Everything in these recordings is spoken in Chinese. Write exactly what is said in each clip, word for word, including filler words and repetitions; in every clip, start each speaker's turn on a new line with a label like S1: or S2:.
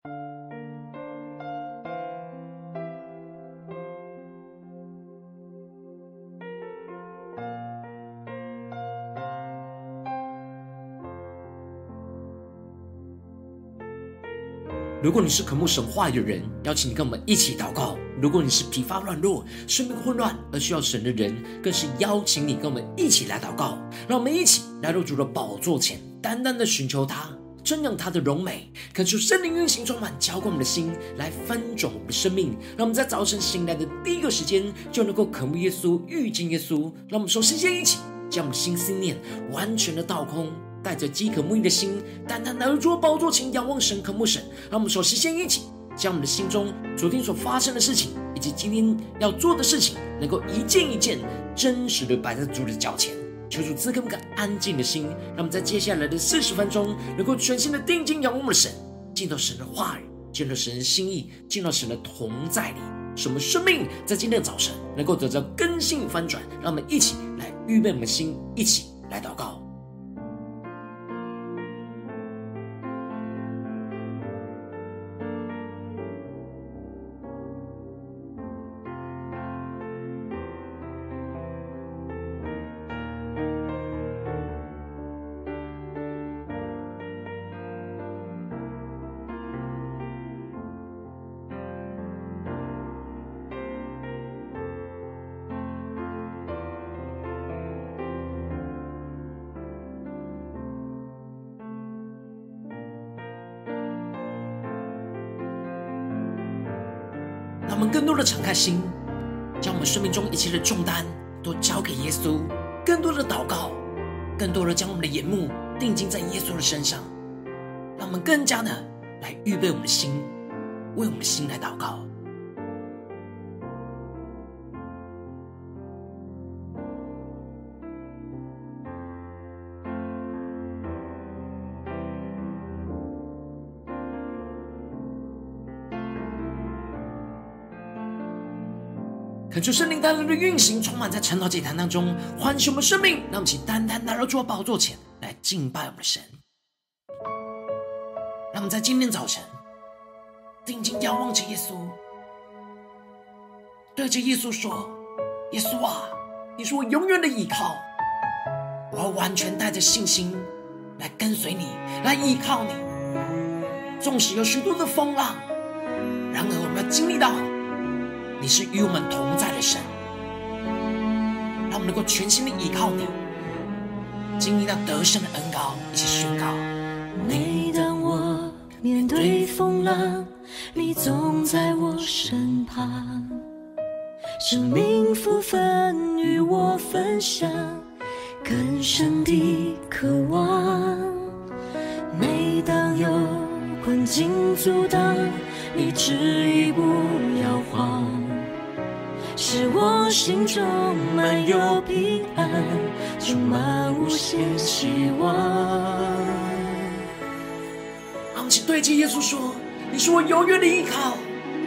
S1: 如果你是渴慕神话语的人，邀请你跟我们一起祷告。如果你是疲乏软弱、生命混乱而需要神的人，更是邀请你跟我们一起来祷告。让我们一起来到主的宝座前，单单的寻求他，瞻仰他的荣美，恳求圣灵运行充满，浇灌我们的心，来翻转我们的生命。让我们在早晨醒来的第一个时间，就能够渴慕耶稣，遇见耶稣。让我们首先先一起将我们的心思念完全的倒空，带着饥渴慕义的心，单单来到主的宝座前，仰望神，渴慕神。让我们首先先一起将我们的心中昨天所发生的事情，以及今天要做的事情，能够一件一件真实的摆在主的脚前，求主赐给我们个安静的心。让我们在接下来的四十分钟，能够全心的定睛仰望我们的神，进到神的话语，进到神的心意，进到神的同在里，使我们生命在今天的早晨能够得到更新翻转。让我们一起来预备我们的心，一起来祷告。让我们更多的敞开心，将我们生命中一切的重担都交给耶稣，更多的祷告，更多的将我们的眼目定睛在耶稣的身上。让我们更加的来预备我们的心，为我们的心来祷告。恳求圣灵带来的运行充满在晨祷祭坛当中，唤醒我们生命。让我们请单单来到主的宝座前来敬拜我们的神。让我们在今天早晨定睛仰望着耶稣，对着耶稣说：耶稣啊，你是我永远的依靠，我要完全带着信心来跟随你，来依靠你。纵使有许多的风浪，然而我们要经历到你是与我们同在的神，让我们能够全心的依靠你，经历到得胜的恩膏，一起宣告。
S2: 每当我面对风浪，你总在我身旁，生命福分与我分享，更深的渴望。每当有困境阻挡，你执意不摇晃，使我心中满有平安，充满无限希望。
S1: 让我们一起对着耶稣说：你是我永远的依靠，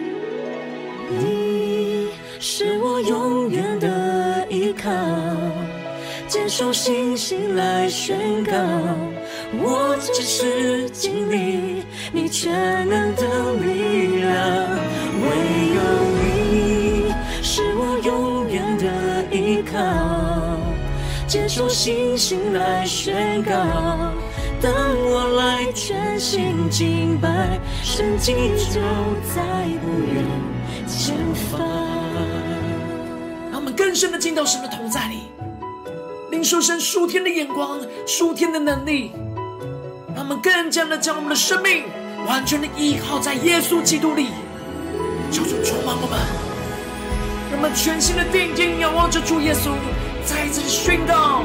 S2: 你是我永远的依靠，坚守信心来宣告，我只是经历你全能的力量，唯有你是我永远的依靠，坚守信心来宣告，当我来全心敬拜，神迹就在不远前方。
S1: 让我们更深的进到神的同在里，领受神属天的眼光，属天的能力，让我们更加的将我们的生命完全的依靠在耶稣基督里。求主充满我们，让我们全心的定睛仰望着主耶稣，再一次的宣告。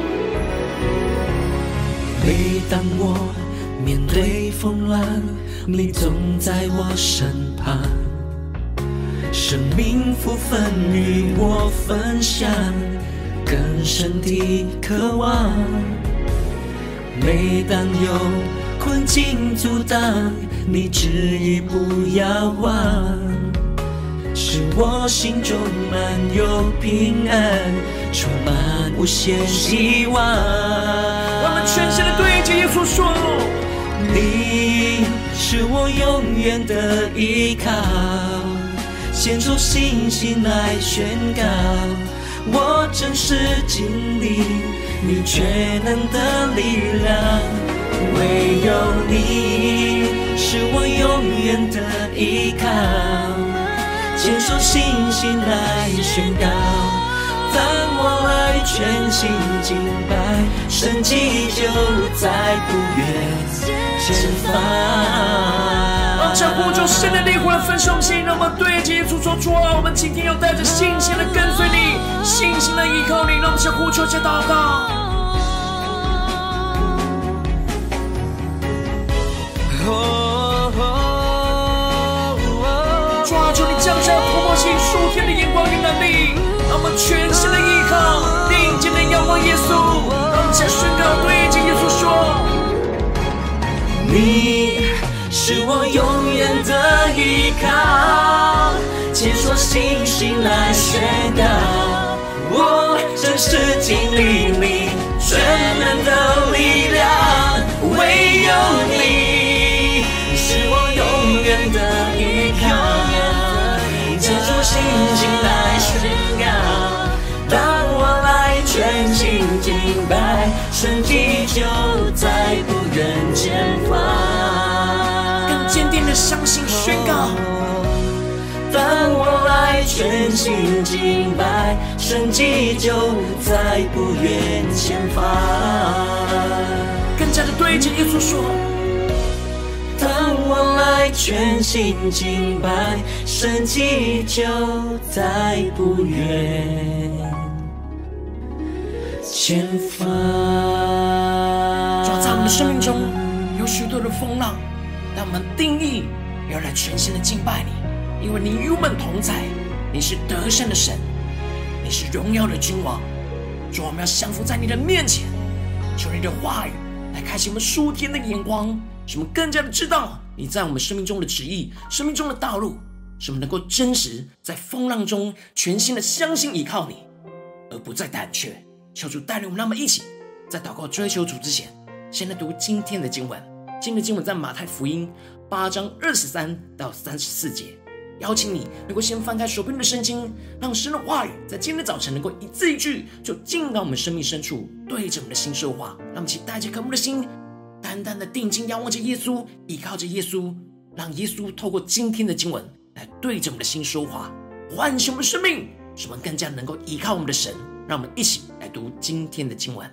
S2: 每当我面对风浪，你总在我身旁，生命福分与我分享，更深的渴望。每当有困境阻挡，你执意不要忘，使我心中满有平安，充满无限希望。
S1: 让我们全心的对着耶稣说：
S2: 你是是我永远的依靠。献出信心来宣告，我真实经历你全能的力量。唯有你是我永远的依靠，坚守信心来宣告，当我来全心敬拜，神迹就在不远前方。
S1: 让这呼求神的灵魂来分享心，让我们对着耶稣说：主啊，我们今天要带着信心的跟随你，信心的依靠你。让我们先呼求，先祷告。主啊，求你降下突破性属天的眼光与能力，让我们全心的依靠，定睛的仰望耶稣。让我们先宣告，对着耶稣说：
S2: 你是我永远的依靠，坚守信心来宣告，我真实经历你全能的力量。唯有你是我永远的依靠，坚守信心来宣告，当我来全心敬拜，神迹就在不远前方。
S1: 坚定的相信宣告，
S2: 当我来全心敬拜，神迹就在不远前方。
S1: 更加的对着耶稣说：
S2: 当我来全心敬拜，神迹就在不远前方。
S1: 主啊，在我们的生命中有许多的风浪，但我们定义要来全心的敬拜你，因为你与我们同在，你是得胜的神，你是荣耀的君王。主啊，我们要降服在你的面前，求你的话语来开启我们属天的眼光，使我们更加的知道你在我们生命中的旨意，生命中的道路，使我们能够真实在风浪中全心的相信依靠你，而不再胆怯。求主带领我们，让我们一起在祷告追求主之前，先来读今天的经文。今天的经文在马太福音八章二十三到三十四节。邀请你能够先翻开手边的圣经，让神的话语在今天的早晨能够一字一句就进到我们生命深处，对着我们的心说话。让我们一起带着渴慕的心，单单的定睛仰望着耶稣，依靠着耶稣，让耶稣透过今天的经文来对着我们的心说话，唤醒我们的生命，使我们更加能够依靠我们的神。让我们一起来读今天的经文。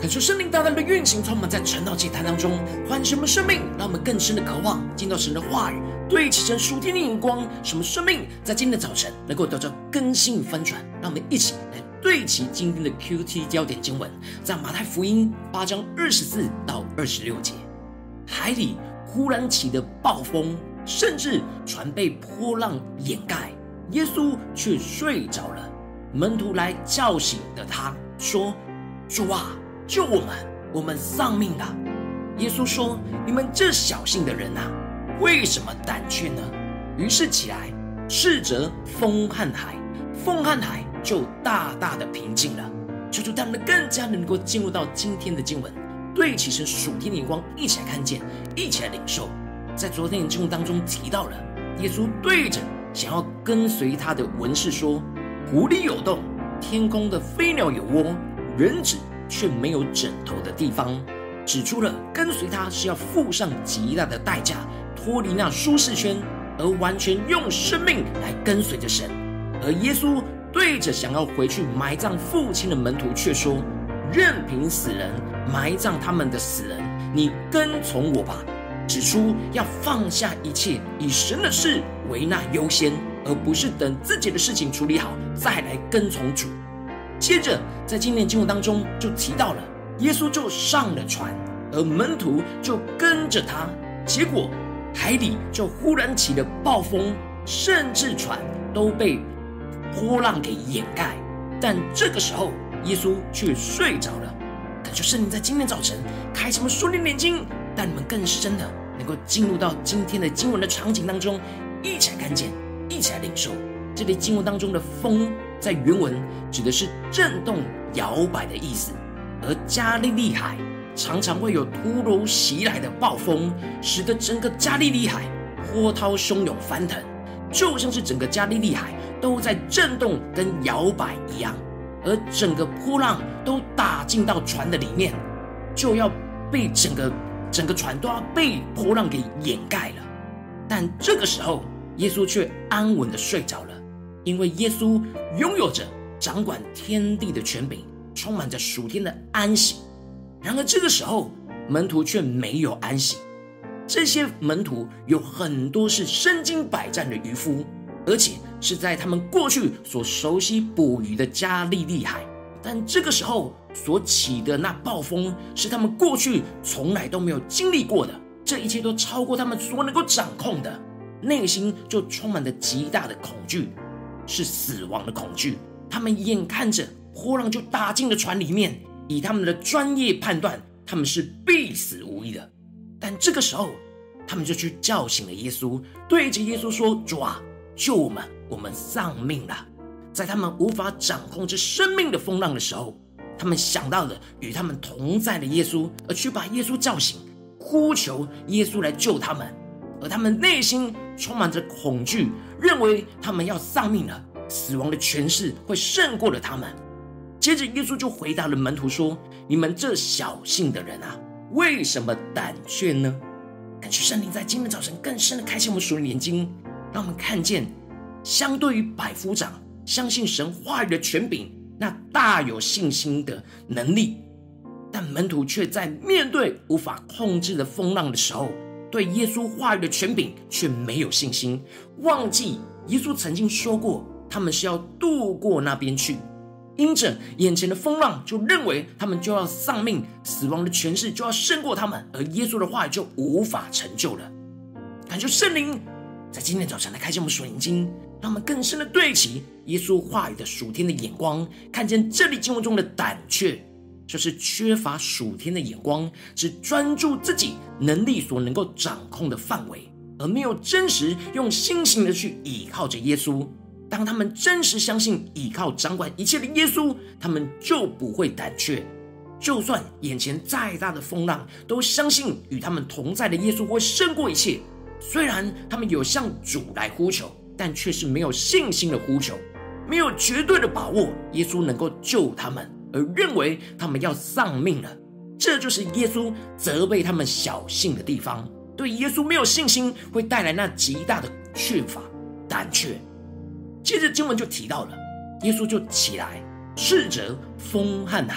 S1: 感受圣灵大大的运行，充满在晨祷祭坛当中，唤醒我们生命，让我们更深的渴望进到神的话语，对齐神属天的眼光，使我们生命在今天的早晨能够得到更新与翻转。让我们一起来对齐今天的 Q T 焦点经文，在马太福音八章二十四到二十六节。海里忽然起的暴风，甚至船被波浪掩盖，耶稣却睡着了。门徒来叫醒了他，说：主啊，救我们，我们丧命了。耶稣说：你们这小信的人啊，为什么胆怯呢？于是起来，斥责风和海，风和海就大大的平静了。求主他们更加能够进入到今天的经文，对齐神属天的眼光，一起来看见，一起来领受。在昨天的经文当中提到了，耶稣对着想要跟随他的文士说：湖里有洞，天空的飞鸟有窝，人子却没有枕头的地方，指出了跟随他是要付上极大的代价，脱离那舒适圈，而完全用生命来跟随着神。而耶稣对着想要回去埋葬父亲的门徒却说：任凭死人埋葬他们的死人，你跟从我吧。指出要放下一切，以神的事为那优先，而不是等自己的事情处理好再来跟从主。接着在今天经文当中就提到了，耶稣就上了船，而门徒就跟着他。结果海里就忽然起了暴风，甚至船都被波浪给掩盖。但这个时候耶稣却睡着了。感谢圣灵在今天早晨开启我们属灵的眼睛，带你们更深的能够进入到今天的经文的场景当中，一起来看见，一起来领受。这里经文当中的风在原文指的是震动摇摆的意思，而加利利海常常会有突如袭来的暴风，使得整个加利利海波涛汹涌翻腾，就像是整个加利利海都在震动跟摇摆一样，而整个波浪都打进到船的里面，就要被整个整个船都要被波浪给掩盖了。但这个时候耶稣却安稳的睡着了，因为耶稣拥有着掌管天地的权柄，充满着属天的安息。然而这个时候门徒却没有安息。这些门徒有很多是身经百战的渔夫，而且是在他们过去所熟悉捕鱼的加利利海，但这个时候所起的那暴风是他们过去从来都没有经历过的，这一切都超过他们所能够掌控的，内心就充满了极大的恐惧，是死亡的恐惧。他们眼看着波浪就打进了船里面，以他们的专业判断，他们是必死无疑的。但这个时候他们就去叫醒了耶稣，对着耶稣说：主啊，救我们，我们丧命了。在他们无法掌控这生命的风浪的时候，他们想到了与他们同在的耶稣，而去把耶稣叫醒，呼求耶稣来救他们。而他们内心充满着恐惧，认为他们要丧命了，死亡的权势会胜过了他们。接着耶稣就回答了门徒说：你们这小信的人啊，为什么胆怯呢？感谢圣灵在今天早晨更深的开启我们属灵的眼睛，让我们看见，相对于百夫长相信神话语的权柄，那大有信心的能力，但门徒却在面对无法控制的风浪的时候，对耶稣话语的权柄却没有信心，忘记耶稣曾经说过他们是要渡过那边去。因着眼前的风浪，就认为他们就要丧命，死亡的权势就要胜过他们，而耶稣的话语就无法成就了。感谢圣灵在今天早晨来开启我们属灵眼睛，让我们更深的对齐耶稣话语的属天的眼光，看见这里经文中的胆怯，就是缺乏属天的眼光，只专注自己能力所能够掌控的范围，而没有真实用信心的去倚靠着耶稣。当他们真实相信倚靠掌管一切的耶稣，他们就不会胆怯。就算眼前再大的风浪，都相信与他们同在的耶稣会胜过一切。虽然他们有向主来呼求，但却是没有信心的呼求，没有绝对的把握耶稣能够救他们，而认为他们要丧命了。这就是耶稣责备他们小信的地方。对耶稣没有信心，会带来那极大的缺乏、胆怯。接着经文就提到了，耶稣就起来斥责风和海，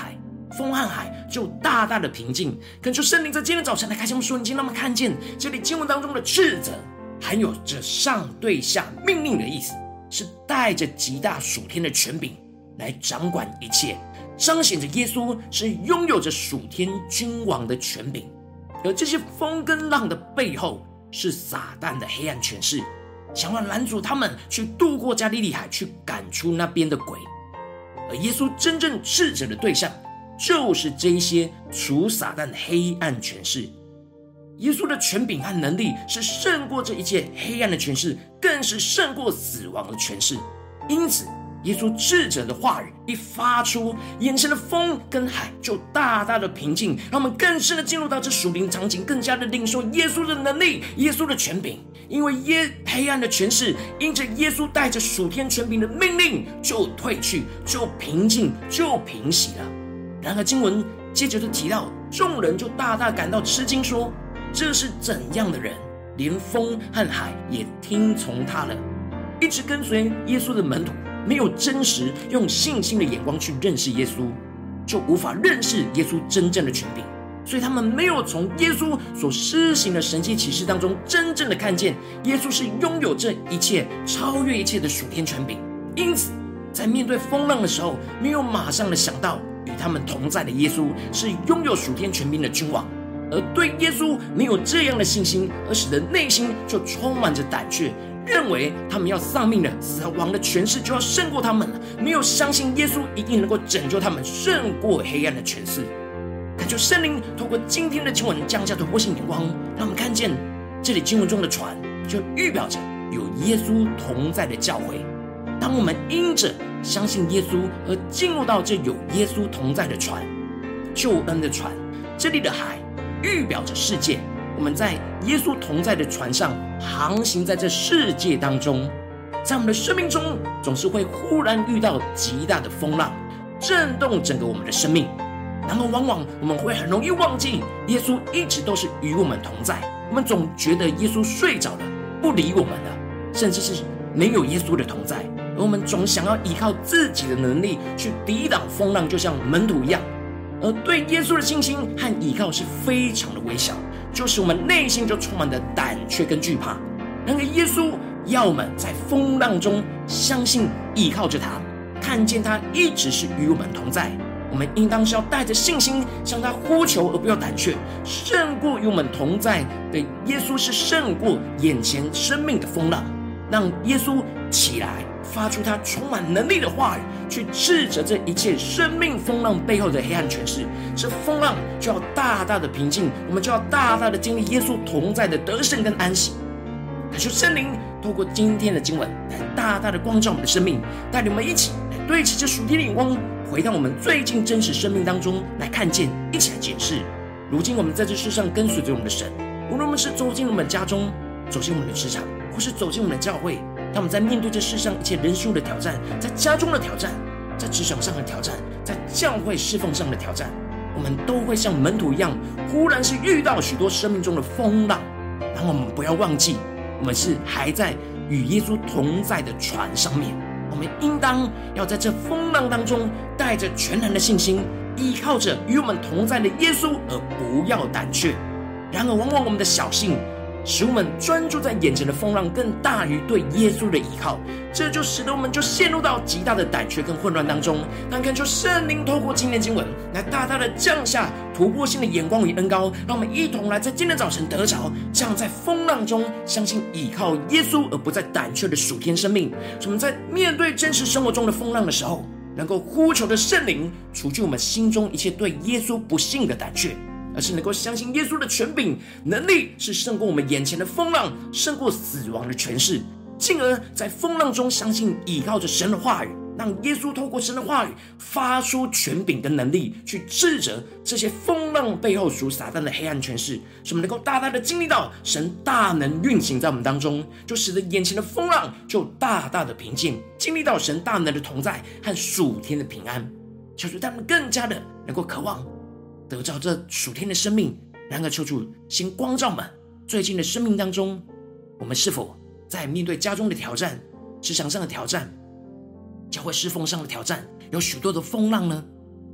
S1: 风和海就大大的平静。恳求圣灵在今天早晨来开启我们属灵眼睛，让我们看见这里经文当中的斥责含有着上对下命令的意思，是带着极大属天的权柄来掌管一切，彰显着耶稣是拥有着属天君王的权柄。而这些风跟浪的背后，是撒旦的黑暗权势，想要拦阻他们去渡过加利利海，去赶出那边的鬼。而耶稣真正斥责的对象，就是这一些属撒旦的黑暗权势。耶稣的权柄和能力是胜过这一切黑暗的权势，更是胜过死亡的权势。因此耶稣斥责的话语一发出，眼前的风跟海就大大的平静，让我们更深的进入到这属灵场景，更加的领受耶稣的能力，耶稣的权柄。因为耶黑暗的权势因着耶稣带着属天权柄的命令就退去，就平静，就平息了。然而经文接着就提到，众人就大大感到吃惊，说这是怎样的人，连风和海也听从他了。一直跟随耶稣的门徒没有真实用信心的眼光去认识耶稣，就无法认识耶稣真正的权柄，所以他们没有从耶稣所施行的神迹奇事当中真正的看见耶稣是拥有这一切超越一切的属天权柄。因此在面对风浪的时候，没有马上的想到与他们同在的耶稣是拥有属天权柄的君王，而对耶稣没有这样的信心，而使得内心就充满着胆怯，认为他们要丧命了，死亡的权势就要胜过他们了，没有相信耶稣一定能够拯救他们，胜过黑暗的权势。恳求圣灵透过今天的经文降下突破性眼光，让我们看见这里经文中的船就预表着有耶稣同在的教会。当我们因着相信耶稣而进入到这有耶稣同在的船，救恩的船，这里的海预表着世界，我们在耶稣同在的船上航行在这世界当中。在我们的生命中总是会忽然遇到极大的风浪，震动整个我们的生命，然后往往我们会很容易忘记耶稣一直都是与我们同在，我们总觉得耶稣睡着了，不理我们了，甚至是没有耶稣的同在，而我们总想要依靠自己的能力去抵挡风浪，就像门徒一样，而对耶稣的信心和依靠是非常的微小，就使我们内心就充满了胆怯跟惧怕。然而耶稣要我们在风浪中相信依靠着他，看见他一直是与我们同在，我们应当是要带着信心向他呼求，而不要胆怯。胜过与我们同在的耶稣是胜过眼前生命的风浪，让耶稣起来发出他充满能力的话语，去斥责这一切生命风浪背后的黑暗权势。这风浪就要大大的平静，我们就要大大的经历耶稣同在的得胜跟安息。恳求圣灵透过今天的经文来大大的光照我们的生命，带领我们一起来对齐这属天的眼光，回到我们最近真实生命当中来看见，一起来检视。如今我们在这世上跟随着我们的神，无论我们是走进我们的家中，走进我们的职场，或是走进我们的教会，当我们在面对这世上一切人数的挑战，在家中的挑战，在职场上的挑战，在教会侍奉上的挑战，我们都会像门徒一样，忽然是遇到许多生命中的风浪。然后我们不要忘记，我们是还在与耶稣同在的船上面，我们应当要在这风浪当中带着全然的信心，依靠着与我们同在的耶稣，而不要胆怯。然而往往我们的小信使我们专注在眼前的风浪更大于对耶稣的依靠，这就使得我们就陷入到极大的胆怯跟混乱当中。但恳求圣灵透过今天的经文来大大的降下突破性的眼光与恩膏，让我们一同来在今天早晨得着这样在风浪中相信依靠耶稣而不再胆怯的属天生命。使我们在面对真实生活中的风浪的时候，能够呼求的圣灵除去我们心中一切对耶稣不信的胆怯，而是能够相信耶稣的权柄能力是胜过我们眼前的风浪，胜过死亡的权势，进而在风浪中相信依靠着神的话语，让耶稣透过神的话语发出权柄跟能力，去斥责这些风浪背后属撒旦的黑暗权势，使我们能够大大的经历到神大能运行在我们当中，就使得眼前的风浪就大大的平静，经历到神大能的同在和属天的平安。求主他们更加的能够渴望得着这属天的生命。然而求主先光照们最近的生命当中，我们是否在面对家中的挑战、职场上的挑战、教会侍奉上的挑战，有许多的风浪呢？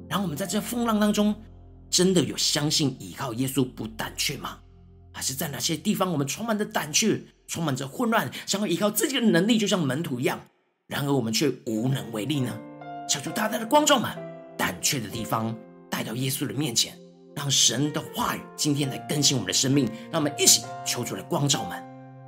S1: 然后我们在这风浪当中，真的有相信依靠耶稣不胆怯吗？还是在哪些地方我们充满着胆怯，充满着混乱，想要依靠自己的能力，就像门徒一样，然而我们却无能为力呢？求主大大的光照们胆怯的地方带到耶稣的面前，让神的话语今天来更新我们的生命，让我们一起求主来光照们。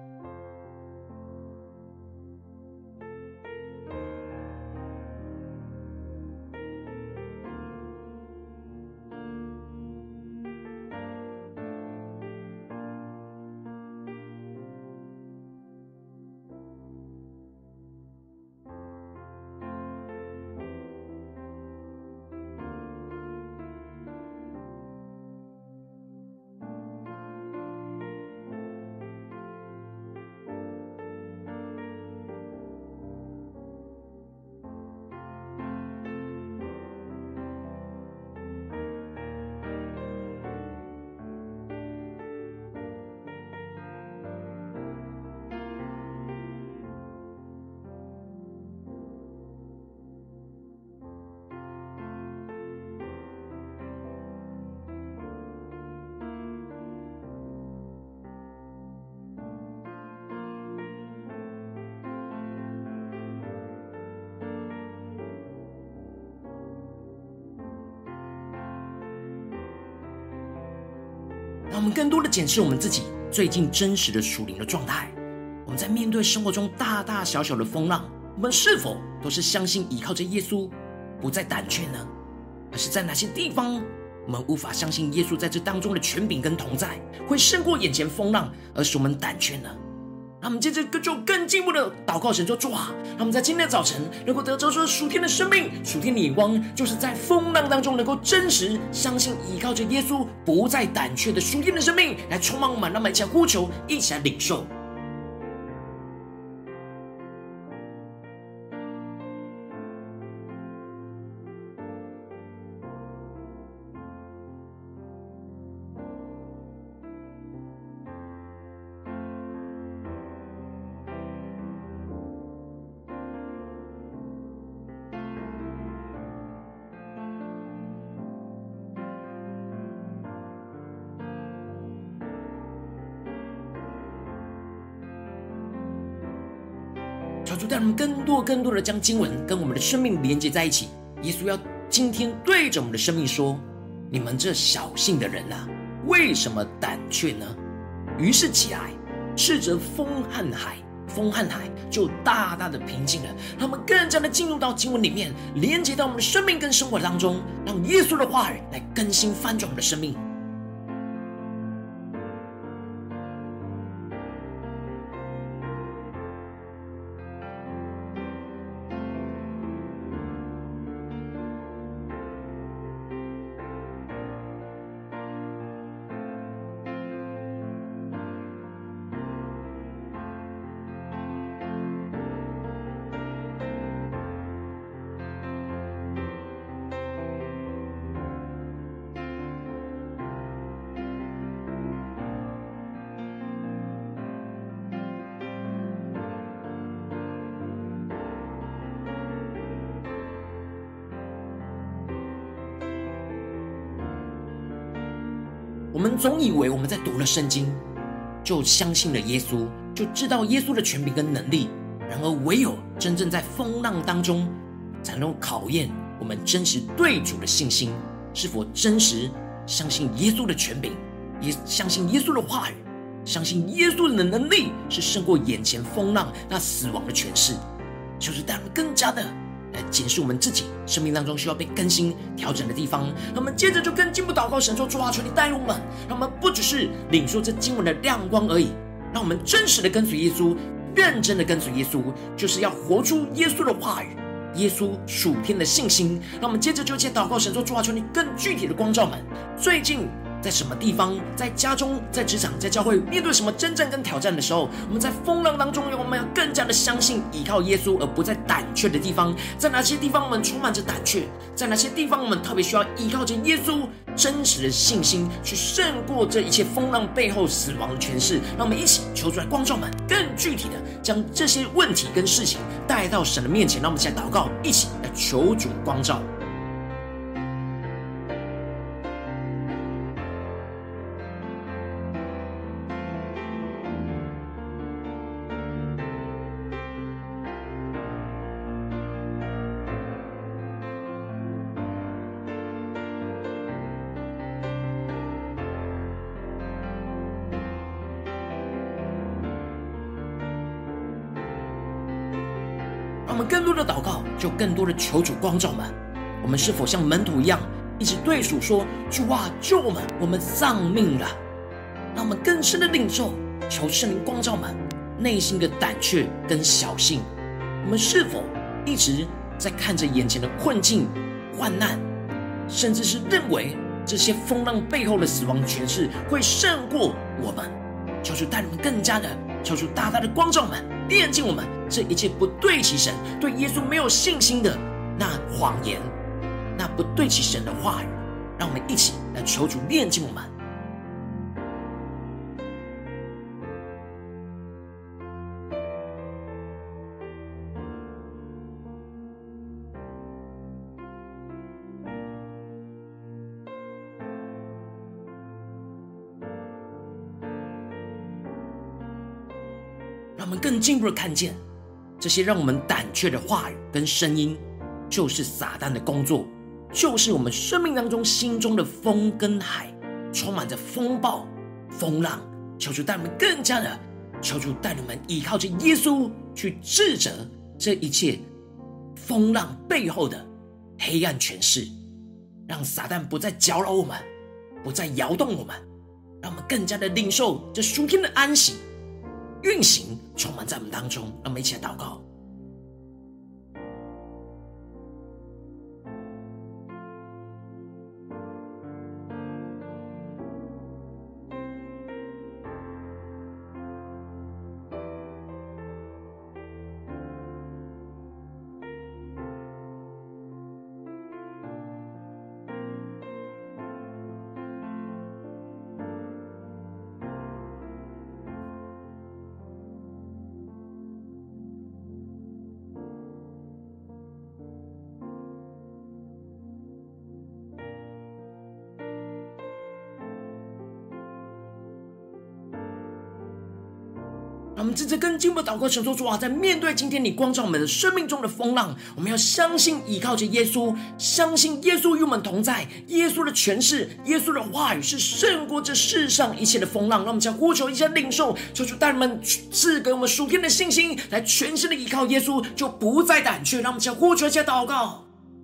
S1: 让我们更多的检视我们自己最近真实的属灵的状态。我们在面对生活中大大小小的风浪，我们是否都是相信依靠着耶稣，不再胆怯呢？还是在哪些地方我们无法相信耶稣在这当中的权柄跟同在，会胜过眼前风浪，而使我们胆怯呢？让我们接着就更进一步的祷告神说，主啊，让我们在今天的早晨能够得着说属天的生命，属天的眼光，就是在风浪当中能够真实相信依靠着耶稣，不再胆怯的属天的生命来充满我们。让我们一起来呼求，一起来领受。求主带我们更多更多的将经文跟我们的生命连接在一起。耶稣要今天对着我们的生命说，你们这小信的人啊，为什么胆怯呢？于是起来，斥责风和海，风和海就大大的平静了。让我们更加的进入到经文里面，连接到我们的生命跟生活当中，让耶稣的话语来更新翻转我们的生命。我们总以为我们在读了圣经，就相信了耶稣，就知道耶稣的权柄跟能力。然而唯有真正在风浪当中，才能考验我们真实对主的信心，是否真实相信耶稣的权柄，也相信耶稣的话语，相信耶稣的能力是胜过眼前风浪那死亡的权势。就是带我们更加的来检视我们自己生命当中需要被更新调整的地方。那我们接着就更进一步祷告神说，主啊，求你带领我们，让我们不只是领受这经文的亮光而已，让我们真实的跟随耶稣，认真的跟随耶稣，就是要活出耶稣的话语，耶稣属天的信心。让我们接着就一起祷告神说，主啊，求你更具体的光照们，最近在什么地方，在家中，在职场，在教会，面对什么征战跟挑战的时候，我们在风浪当中，我们要更加的相信依靠耶稣，而不在胆怯的地方。在哪些地方我们充满着胆怯，在哪些地方我们特别需要依靠着耶稣真实的信心，去胜过这一切风浪背后死亡的权势。让我们一起求出来光照们，更具体的将这些问题跟事情带到神的面前。让我们一起来祷告，一起来求主光照。 我们更多的祷告，就更多的求主光照们。我们是否像门徒一样，一直对主说：主啊，救我们，我们丧命了。让我们更深的领受，求圣灵光照们内心的胆怯跟小信。我们是否一直在看着眼前的困境、患难，甚至是认为这些风浪背后的死亡权势会胜过我们？求主带领我们更加的，求主大大的光照我们，炼净我们这一切不对齐神、对耶稣没有信心的那谎言，那不对齐神的话语。让我们一起来求主炼净我们。让我们更进一步的看见，这些让我们胆怯的话语跟声音，就是撒旦的工作，就是我们生命当中心中的风跟海，充满着风暴、风浪。求主带我们更加的，求主带领我们依靠着耶稣去制止这一切风浪背后的黑暗权势，让撒旦不再搅扰我们，不再摇动我们，让我们更加的领受这属天的安息运行，充满在我们当中。让我们一起来祷告。让我们接着更进一步祷告，求主啊，在面对今天你光照我们的生命中的风浪，我们要相信依靠着耶稣，相信耶稣与我们同在，耶稣的权势，耶稣的话语是胜过这世上一切的风浪。让我们将呼求一下领受，求主带我们赐给我们属天的信心，来全心的依靠耶稣，就不再胆怯。让我们将呼求一下祷告。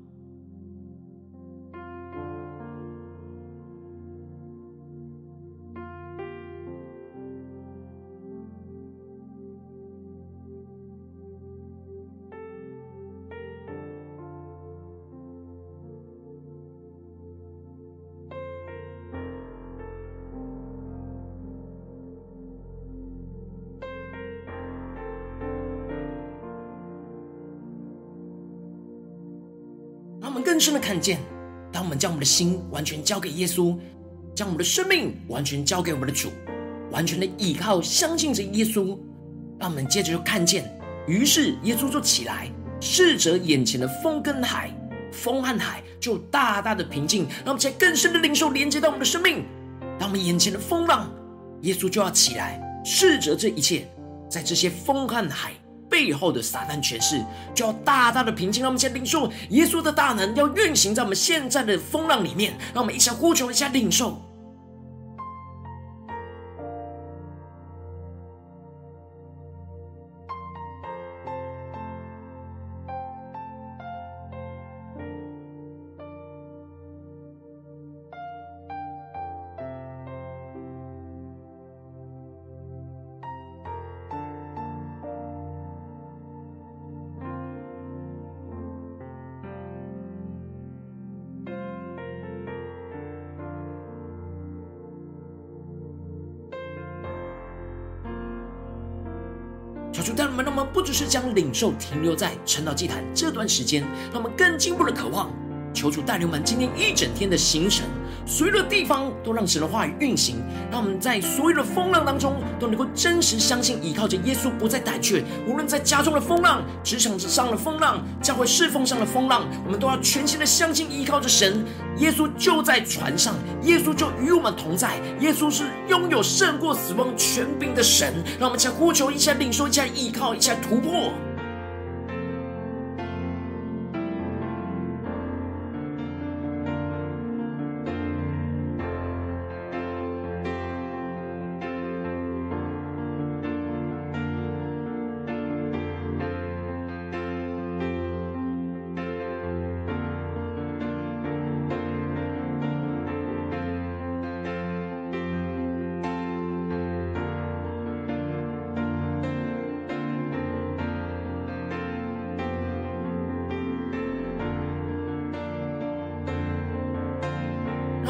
S1: 让我们更深的看见，当我们将我们的心完全交给耶稣，将我们的生命完全交给我们的主，完全的依靠相信着耶稣，让我们接着就看见，于是耶稣就起来，视着眼前的风跟海，风和海就大大的平静。让我们在更深的领受连接到我们的生命，当我们眼前的风浪，耶稣就要起来，视着这一切，在这些风和海背后的撒旦权势就要大大的平静。让我们先领受耶稣的大能要运行在我们现在的风浪里面。让我们一起呼求一下领受。求主带领我们，让我们不只是将领受停留在晨祷祭坛这段时间，让我们更进一步的渴望。求主带领我们今天一整天的行程，所有的地方都让神的话语运行，让我们在所有的风浪当中都能够真实相信依靠着耶稣，不再胆怯。无论在家中的风浪、职场上的风浪、教会侍奉上的风浪，我们都要全心的相信依靠着神。耶稣就在船上，耶稣就与我们同在，耶稣是拥有胜过死亡权柄的神。让我们一起呼求一下，领受一下，依靠一下，突破。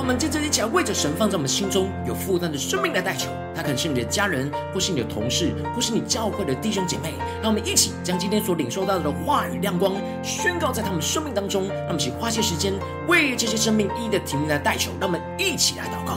S1: 让我们接着一起来为着神放在我们心中有负担的生命来代求。他可能是你的家人，或是你的同事，或是你教会的弟兄姐妹。让我们一起将今天所领受到的话语亮光宣告在他们生命当中。让我们一起花些时间为这些生命一一的提名来代求。让我们一起来祷告。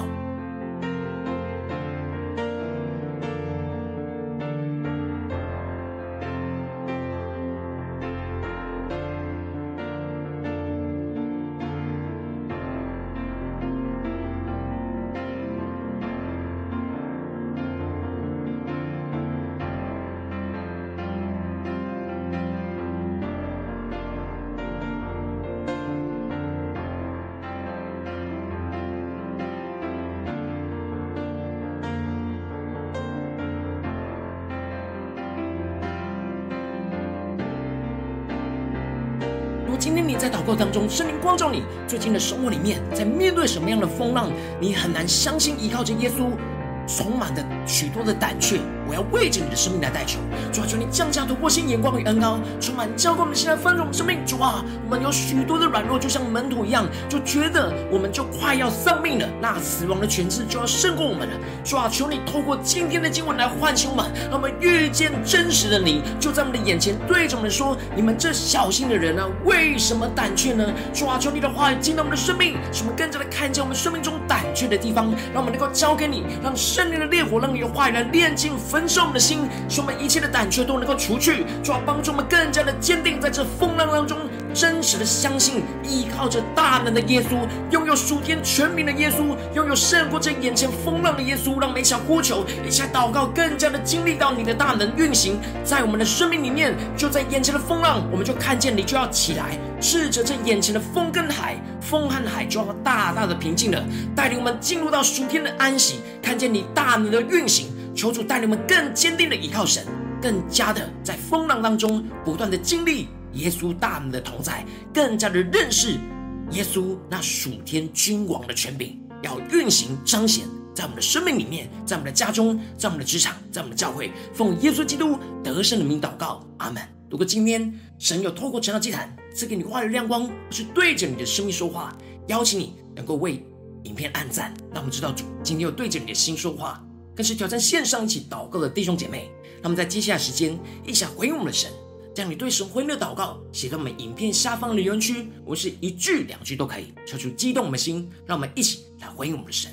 S1: 今天你在祷告当中，圣灵光照你最近的生活里面，在面对什么样的风浪，你很难相信依靠着耶稣，充满的许多的胆怯。我要为着你的生命来代求，主啊，求你降下突破性眼光与恩膏，充满浇灌我们现在丰盛的生命。主啊，我们有许多的软弱，就像门徒一样，就觉得我们就快要丧命了，那死亡的权势就要胜过我们了。主啊，求你透过今天的经文来唤醒我们，让我们遇见真实的你，就在我们的眼前，对着我们说：你们这小心的人啊，为什么胆怯呢？主啊，求你的话语进到我们的生命，使我们更加的看见我们生命中胆怯的地方，让我们能够交给你，让圣灵的烈火，让你的话语来炼净焚烧我们的心，使我们一切的胆怯都能够除去。主啊，帮助我们更加的坚定在这风浪当中，真实的相信依靠着大能的耶稣，拥有属天权柄的耶稣，拥有胜过这眼前风浪的耶稣。让每小呼求一起祷告，更加的经历到你的大能运行在我们的生命里面。就在眼前的风浪，我们就看见你就要起来，斥着这眼前的风跟海，风和海就要大大的平静了，带领我们进入到属天的安息，看见你大能的运行。求主带领我们更坚定的依靠神，更加的在风浪当中不断的经历耶稣大能的同在，更加的认识耶稣那属天君王的权柄，要运行彰显在我们的生命里面，在我们的家中，在我们的职场，在我们的教会。奉耶稣基督得胜的名祷告，阿们。如果今天神有透过晨祷祭坛赐给你话语亮光，是对着你的生命说话，邀请你能够为影片按赞，让我们知道主今天有对着你的心说话，更是挑战线上一起祷告的弟兄姐妹。那么在接下来时间一起回应我们的神，将你对神回应的祷告写在我们影片下方的留言区，我们是一句两句都可以，求主激动我们的心，让我们一起来回应我们的神。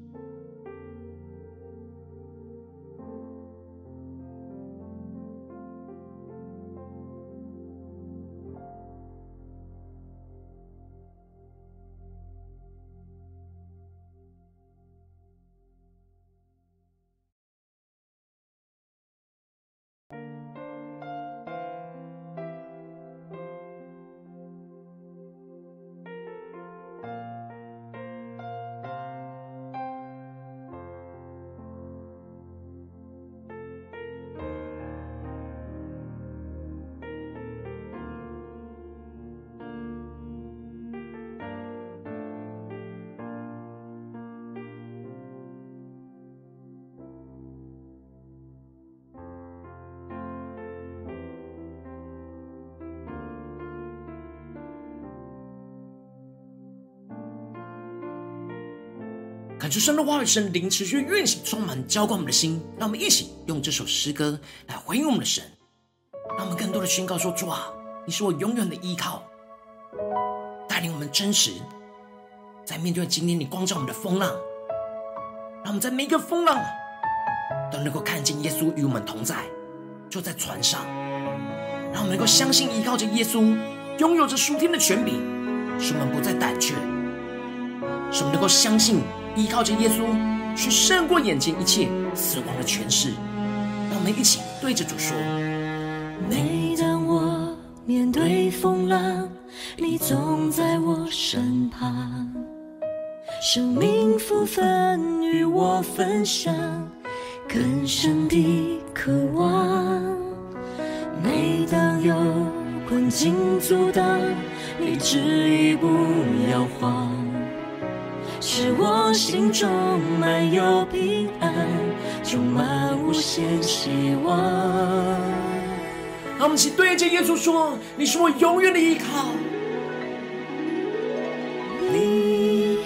S1: 感受神的话语，神灵持续运行，充满浇灌我们的心。让我们一起用这首诗歌来回应我们的神，让我们更多的宣告说：主啊，你是我永远的依靠，带领我们真实在面对今天你光照我们的风浪，让我们在每一个风浪都能够看见耶稣与我们同在，就在船上，让我们能够相信依靠着耶稣，拥有着属天的权柄，使我们不再胆怯，使我们能够相信依靠着耶稣去胜过眼前一切死亡的权势。让我们一起对着主说：
S2: 每当我面对风浪，你总在我身旁，生命福分与我分享，更深的渴望。每当有困境阻挡，你执意不摇晃，使我心中满有平安，充满无限希望。
S1: 让我们一起对着耶稣说：你是我永远的依靠，
S2: 你是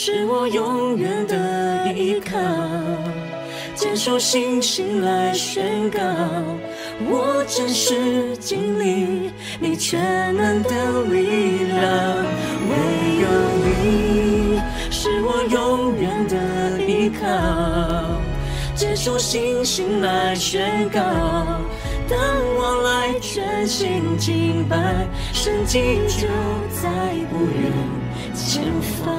S2: 是我永远的依靠。坚守信心来宣告，我真实经历你全能的力量。唯有你是我永远的依靠，坚守信心来宣告，当我来全心敬拜，神迹就在不远前方。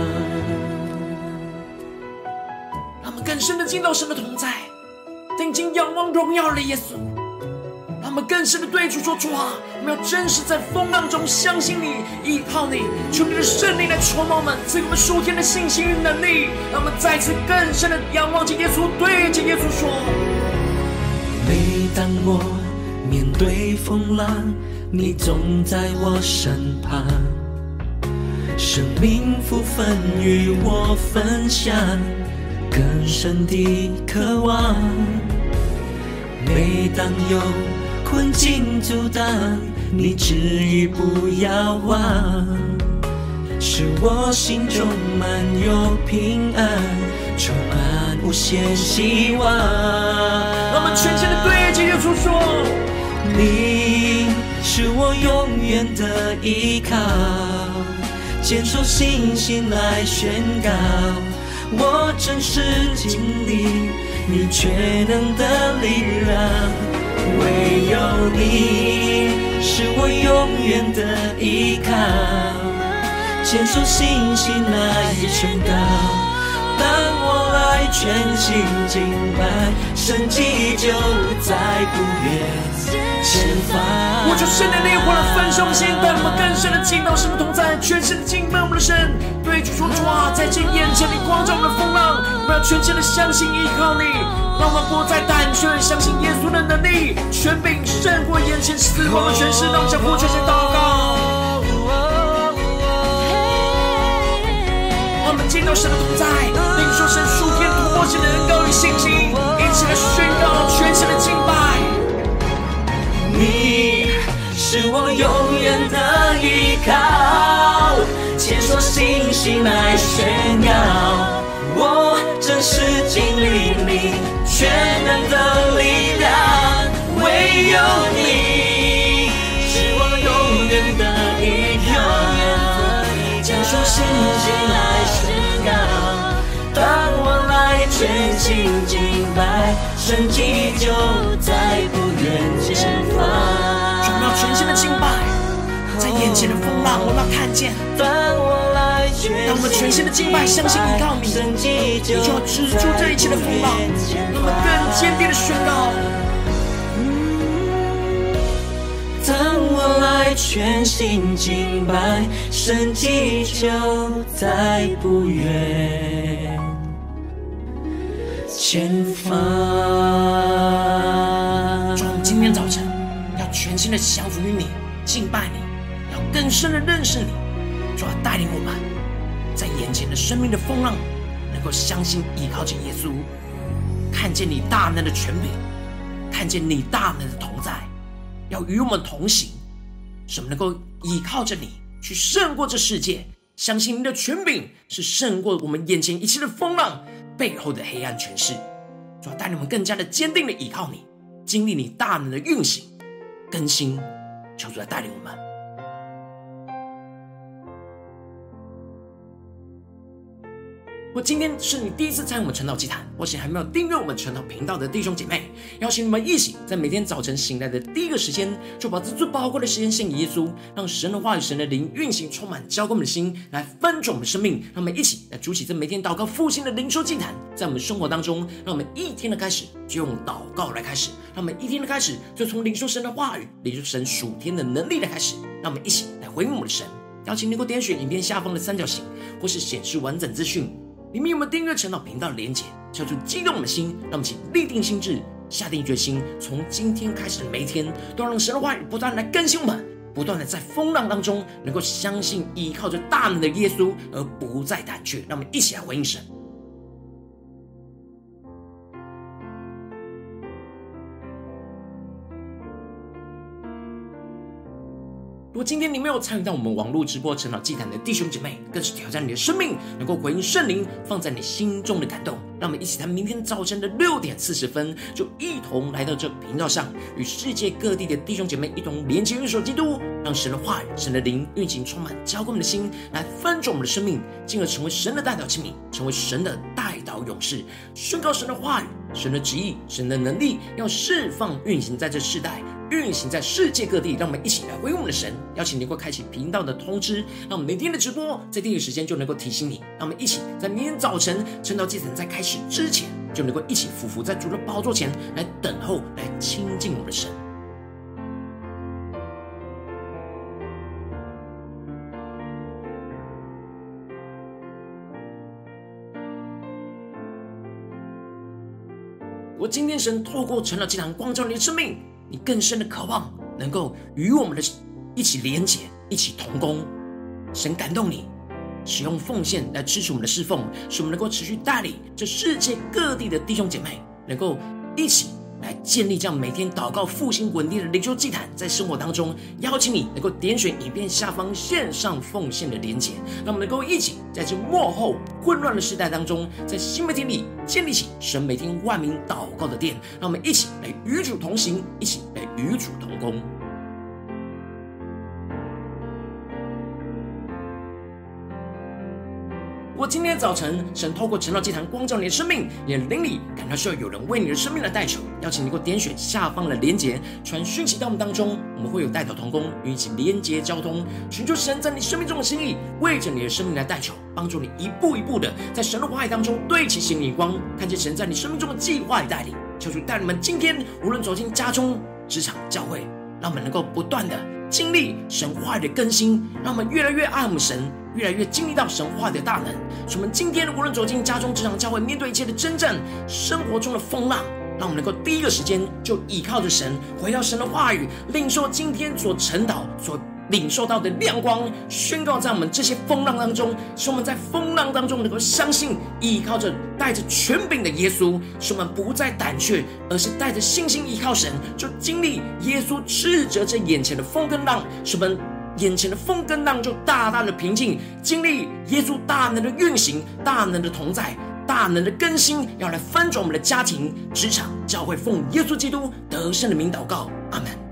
S1: 让我们更深的进到神的同在，定睛仰望荣耀的耶稣。让我们更深的对主说：主啊，我们要真实在风浪中相信你，依靠你，求你的圣灵来充满我们，赐给我们属天的信心与能力。让我们再次更深的仰望着耶稣，对着耶稣说：
S2: 每当我面对风浪，你总在我身旁，生命福分与我分享，更深的渴望。每当有困境阻挡，你旨意不要忘，使我心中满有平安，充满无限希望。
S1: 让我们全心的对着耶稣说：
S2: 你是我永远的依靠，坚守信心来宣告，我真实经历你全能的力量。唯有你是我永远的依靠，坚守信心来宣告，当我来全心敬拜，神迹就在不远前方。
S1: 我求圣灵烈火来焚烧我们心，带我们更深的进到神的同在，全身的敬拜我们的神。对主说：主啊，在这眼前你光照我们的风浪，我们要全心的相信依靠你，让我们不再胆怯，相信耶稣的能力，权柄胜过眼前死亡的权势。让我们向父全心祷告，让我们进到神的同在，领受神属天突破性的恩膏与信心，一起来宣告全心的敬拜。
S2: 你是我永远的依靠，坚守信心来宣告，我真实经历你全能的力量。唯有你是我永远的依靠，坚守信心来宣告，当我来全心敬拜，神迹就在不远前方。
S1: 我们要全心的敬拜，在眼前的风浪我们要看见，当我们全心的敬拜，相信依靠你，你就要止住这一切的风浪，让我们更坚定的宣告。
S2: 当我来全心敬拜，神迹就在不远前方。
S1: 主，我们今天早晨要全心的降服于你，敬拜你，要更深的认识你。主要带领我们在眼前的生命的风浪，能够相信依靠着耶稣，看见你大能的权柄，看见你大能的同在，要与我们同行，使我们能够依靠着你去胜过这世界，相信你的权柄是胜过我们眼前一切的风浪背后的黑暗权势。主要带领我们更加的坚定的依靠你，经历你大能的运行更新。求主来带领我们。如果今天是你第一次参与我们晨祷祭坛，或是还没有订阅我们晨祷频道的弟兄姐妹，邀请你们一起在每天早晨醒来的第一个时间，就把这最宝贵的时间献给耶稣，让神的话语、神的灵运行充满浇灌我们的心，来翻转我们的生命。让我们一起来主起这每天祷告复兴的灵修祭坛，在我们生活当中，让我们一天的开始就用祷告来开始，让我们一天的开始就从领受神的话语、领受神属天的能力来开始。让我们一起来回应我们的神。邀请你能够点选影片下方的三角形，或是显示完整资讯里面有没有订阅晨祷频道的连结，叫出激动我们的心。让我们请立定心志，下定决心，从今天开始的每一天，都让神的话语不断来更新我们，不断的在风浪当中能够相信依靠着大能的耶稣，而不再胆怯。让我们一起来回应神。如如果今天你没有参与到我们网络直播成长祭坛的弟兄姐妹，更是挑战你的生命，能够回应圣灵放在你心中的感动。让我们一起在明天早晨的六点四十分，就一同来到这频道上，与世界各地的弟兄姐妹一同连接运手基督，让神的话语、神的灵运行充满浇灌我们的心，来翻转我们的生命，进而成为神的代祷器皿，成为神的代祷勇士，宣告神的话语、神的旨意、神的能力，要释放运行在这世代，运行在世界各地。让我们一起来回应我们的神，邀请你能够开启频道的通知，让我们每天的直播在第一个时间就能够提醒你。让我们一起在明天早晨晨祷祭坛在开始之前，就能够一起匍匐在主的宝座前来等候，来亲近我们的神。我今天神透过晨祷祭坛光照你的生命，你更深的渴望能够与我们的一起连结，一起同工。神感动你使用奉献来支持我们的侍奉，使我们能够持续带领这世界各地的弟兄姐妹能够一起来建立这样每天祷告复兴稳定的灵修祭坛。在生活当中邀请你能够点选影片下方线上奉献的连结，让我们能够一起在这末后混乱的时代当中，在新媒体里建立起神每天万名祷告的殿。让我们一起来与主同行，一起来与主同工。如果今天早晨神透过晨祷祭坛光照你的生命，你的灵里感到需要有人为你的生命来代求，邀请你能够点选下方的连结，传讯息到我们当中，我们会有代祷同工与你一起连结交通，寻求神在你生命中的心意，为着你的生命来代求，帮助你一步一步的在神的话语当中对齐神的眼光，看见神在你生命中的计划与带领。求主带你们今天无论走进家中、职场、教会，让我们能够不断的经历神话语的更新，让我们越来越爱我们神，越来越经历到神话语的大能。使我们今天无论走进家中、职场、教会，面对一切的征战，生活中的风浪，让我们能够第一个时间就依靠着神，回到神的话语，领受今天所晨祷所领受到的亮光，宣告在我们这些风浪当中，使我们在风浪当中能够相信，依靠着带着权柄的耶稣，使我们不再胆怯，而是带着信心依靠神，就经历耶稣斥责这眼前的风跟浪，使我们眼前的风跟浪就大大的平静，经历耶稣大能的运行，大能的同在，大能的更新，要来翻转我们的家庭、职场、教会，奉耶稣基督得胜的名祷告，阿们。